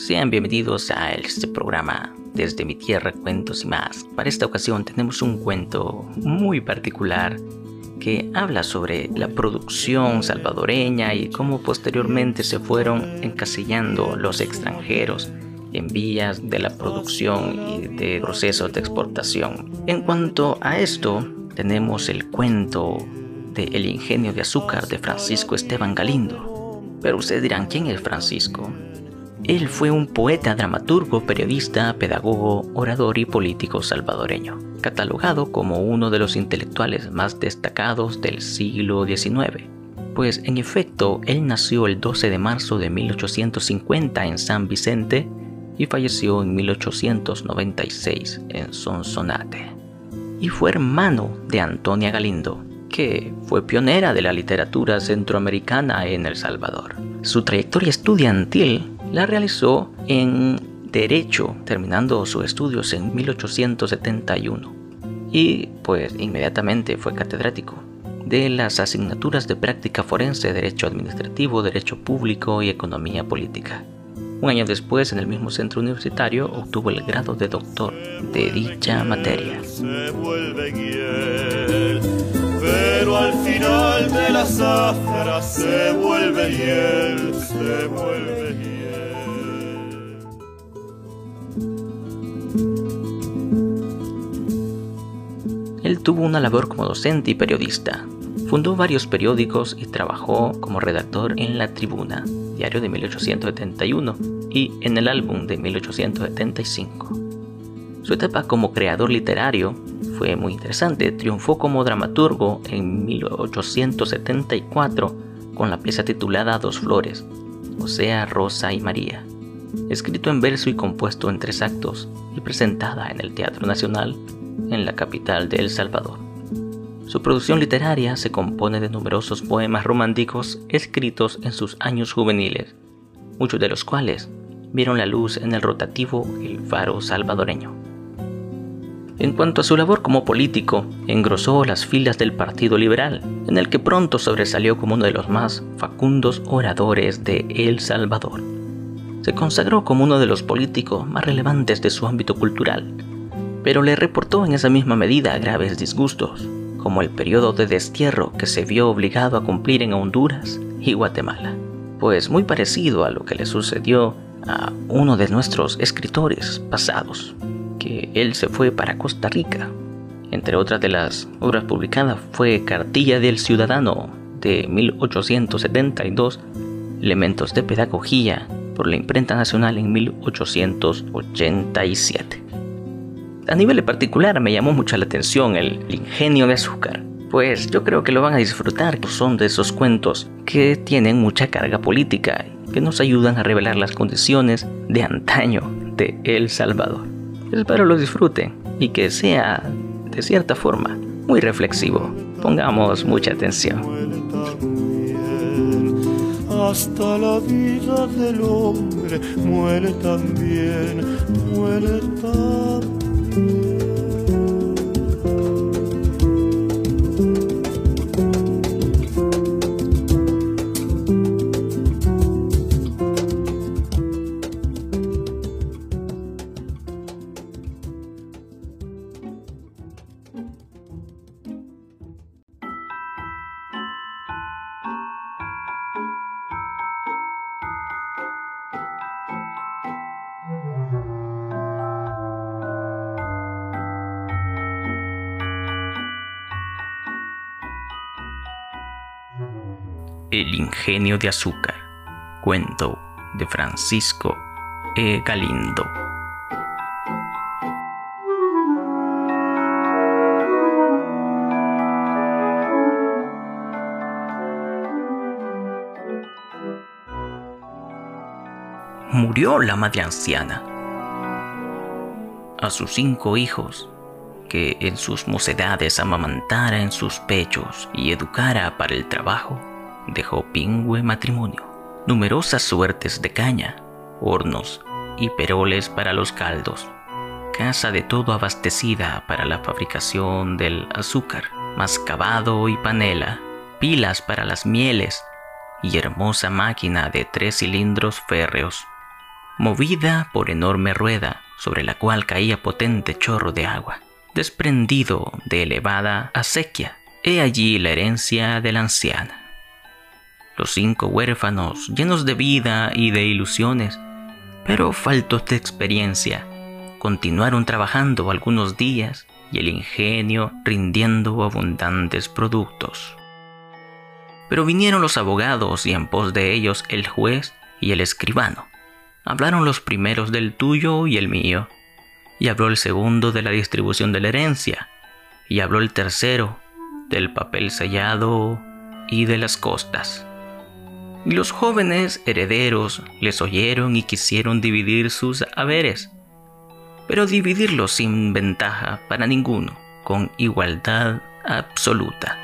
Sean bienvenidos a este programa Desde mi tierra, cuentos y más. Para esta ocasión tenemos un cuento muy particular que habla sobre la producción salvadoreña y cómo posteriormente se fueron encasillando los extranjeros en vías de la producción y de procesos de exportación. En cuanto a esto, tenemos el cuento de El ingenio de azúcar de Francisco Esteban Galindo. Pero ustedes dirán, ¿quién es Francisco? Él fue un poeta, dramaturgo, periodista, pedagogo, orador y político salvadoreño, catalogado como uno de los intelectuales más destacados del siglo XIX. Pues en efecto, él nació el 12 de marzo de 1850 en San Vicente y falleció en 1896 en Sonsonate. Y fue hermano de Antonia Galindo, que fue pionera de la literatura centroamericana en El Salvador. Su trayectoria estudiantil la realizó en Derecho, terminando sus estudios en 1871. Y pues inmediatamente fue catedrático de las asignaturas de práctica forense, Derecho Administrativo, Derecho Público y Economía Política. Un año después, en el mismo centro universitario, obtuvo el grado de doctor de dicha materia. Se vuelve hiel, pero al final de la zafra se vuelve hiel, se vuelve hiel. Él tuvo una labor como docente y periodista. Fundó varios periódicos y trabajó como redactor en La Tribuna, diario de 1871, y en El Álbum de 1875. Su etapa como creador literario fue muy interesante. Triunfó como dramaturgo en 1874 con la pieza titulada Dos Flores, o sea, Rosa y María, escrito en verso y compuesto en 3 actos y presentada en el Teatro Nacional en la capital de El Salvador. Su producción literaria se compone de numerosos poemas románticos escritos en sus años juveniles, muchos de los cuales vieron la luz en el rotativo El Faro salvadoreño. En cuanto a su labor como político, engrosó las filas del Partido Liberal, en el que pronto sobresalió como uno de los más facundos oradores de El Salvador. Se consagró como uno de los políticos más relevantes de su ámbito cultural, pero le reportó en esa misma medida graves disgustos, como el periodo de destierro que se vio obligado a cumplir en Honduras y Guatemala. Pues muy parecido a lo que le sucedió a uno de nuestros escritores pasados, que él se fue para Costa Rica. Entre otras de las obras publicadas fue Cartilla del Ciudadano de 1872, Elementos de Pedagogía por la Imprenta Nacional en 1887. A nivel particular me llamó mucho la atención el ingenio de azúcar, pues yo creo que lo van a disfrutar. Son de esos cuentos que tienen mucha carga política, que nos ayudan a revelar las condiciones de antaño de El Salvador. Espero lo disfruten y que sea, de cierta forma, muy reflexivo. Pongamos mucha atención. Hasta la vida del hombre muere también, muere también. El ingenio de azúcar, cuento de Francisco E. Galindo. Murió la madre anciana. A sus 5 hijos, que en sus mocedades amamantara en sus pechos y educara para el trabajo, dejó pingüe matrimonio, numerosas suertes de caña, hornos y peroles para los caldos, casa de todo abastecida para la fabricación del azúcar, mascabado y panela, pilas para las mieles y hermosa máquina de 3 cilindros férreos. movida por enorme rueda sobre la cual caía potente chorro de agua, desprendido de elevada acequia. He allí la herencia de la anciana. Los 5 huérfanos, llenos de vida y de ilusiones, pero faltos de experiencia, continuaron trabajando algunos días y el ingenio rindiendo abundantes productos. Pero vinieron los abogados y en pos de ellos el juez y el escribano. Hablaron los primeros del tuyo y el mío, y habló el segundo de la distribución de la herencia, y habló el tercero del papel sellado y de las costas. Y los jóvenes herederos les oyeron y quisieron dividir sus haberes, pero dividirlos sin ventaja para ninguno, con igualdad absoluta.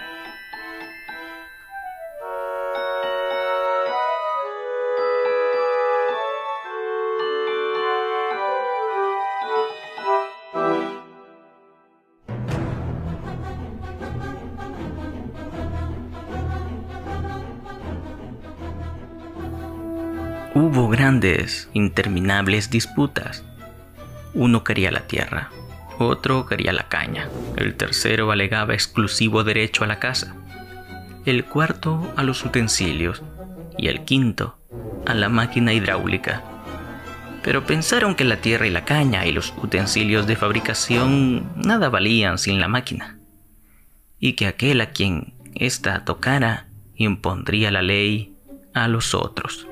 Hubo grandes, interminables disputas. Uno quería la tierra, otro quería la caña, el tercero alegaba exclusivo derecho a la casa, el cuarto a los utensilios y el quinto a la máquina hidráulica. Pero pensaron que la tierra y la caña y los utensilios de fabricación nada valían sin la máquina, y que aquel a quien ésta tocara impondría la ley a los otros.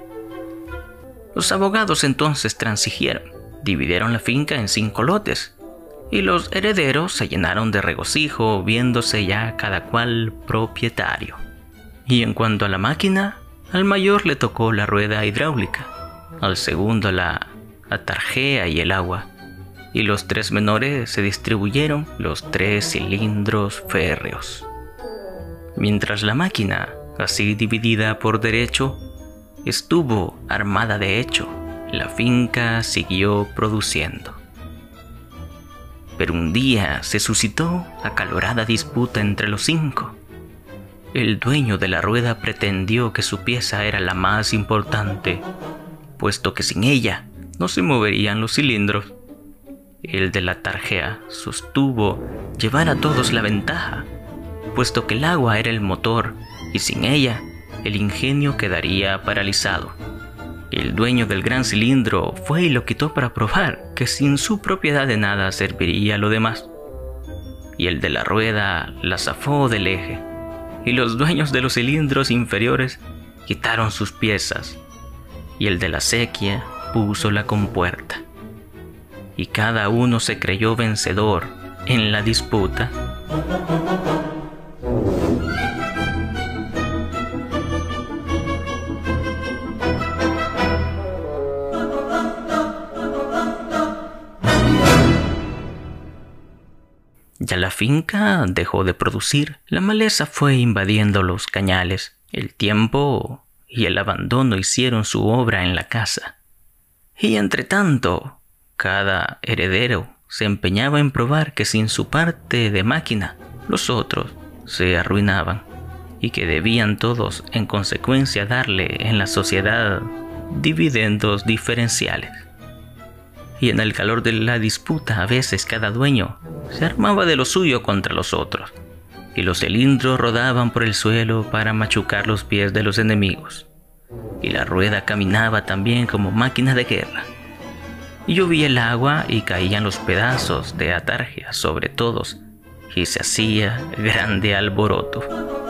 Los abogados entonces transigieron, dividieron la finca en 5 lotes, y los herederos se llenaron de regocijo viéndose ya cada cual propietario. Y en cuanto a la máquina, al mayor le tocó la rueda hidráulica, al segundo la atarjea y el agua, y los 3 menores se distribuyeron los 3 cilindros férreos. Mientras la máquina, así dividida por derecho, estuvo armada de hecho, la finca siguió produciendo. Pero un día se suscitó acalorada disputa entre los 5. El dueño de la rueda pretendió que su pieza era la más importante, puesto que sin ella no se moverían los cilindros. El de la tarjea sostuvo llevar a todos la ventaja, puesto que el agua era el motor y sin ella el ingenio quedaría paralizado. El dueño del gran cilindro fue y lo quitó para probar que sin su propiedad de nada serviría lo demás. Y el de la rueda la zafó del eje, y los dueños de los cilindros inferiores quitaron sus piezas, y el de la acequia puso la compuerta. Y cada uno se creyó vencedor en la disputa. Ya la finca dejó de producir, la maleza fue invadiendo los cañales, el tiempo y el abandono hicieron su obra en la casa. Y entre tanto, cada heredero se empeñaba en probar que sin su parte de máquina, los otros se arruinaban, y que debían todos en consecuencia darle en la sociedad dividendos diferenciales. Y en el calor de la disputa a veces cada dueño se armaba de lo suyo contra los otros, y los cilindros rodaban por el suelo para machucar los pies de los enemigos, y la rueda caminaba también como máquina de guerra. Y llovía el agua y caían los pedazos de atarjea sobre todos, y se hacía grande alboroto.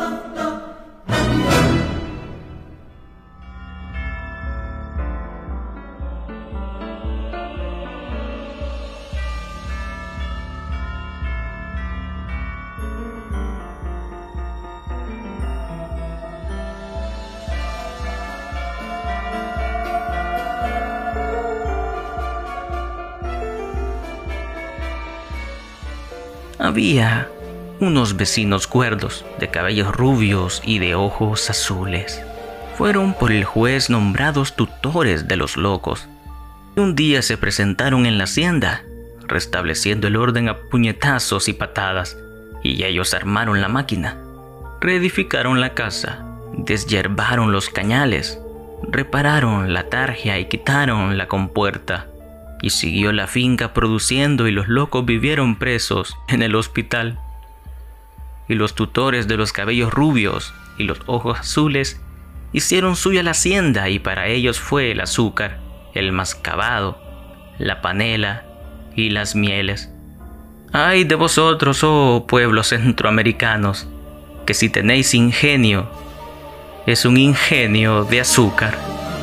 Había unos vecinos cuerdos, de cabellos rubios y de ojos azules. Fueron por el juez nombrados tutores de los locos. Y un día se presentaron en la hacienda, restableciendo el orden a puñetazos y patadas, y ellos armaron la máquina, reedificaron la casa, deshiervaron los cañales, repararon la tarja y quitaron la compuerta. Y siguió la finca produciendo y los locos vivieron presos en el hospital. Y los tutores de los cabellos rubios y los ojos azules hicieron suya la hacienda y para ellos fue el azúcar, el mascabado, la panela y las mieles. ¡Ay de vosotros, oh pueblos centroamericanos, que si tenéis ingenio, es un ingenio de azúcar!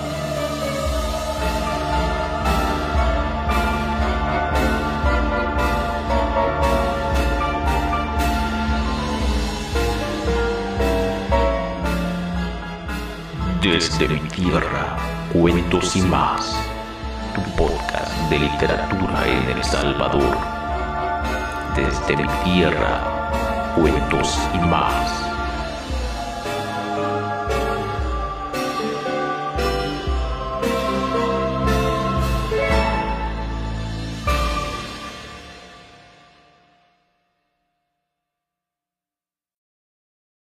Desde mi tierra, cuentos y más. Tu podcast de literatura en El Salvador. Desde mi tierra, cuentos y más.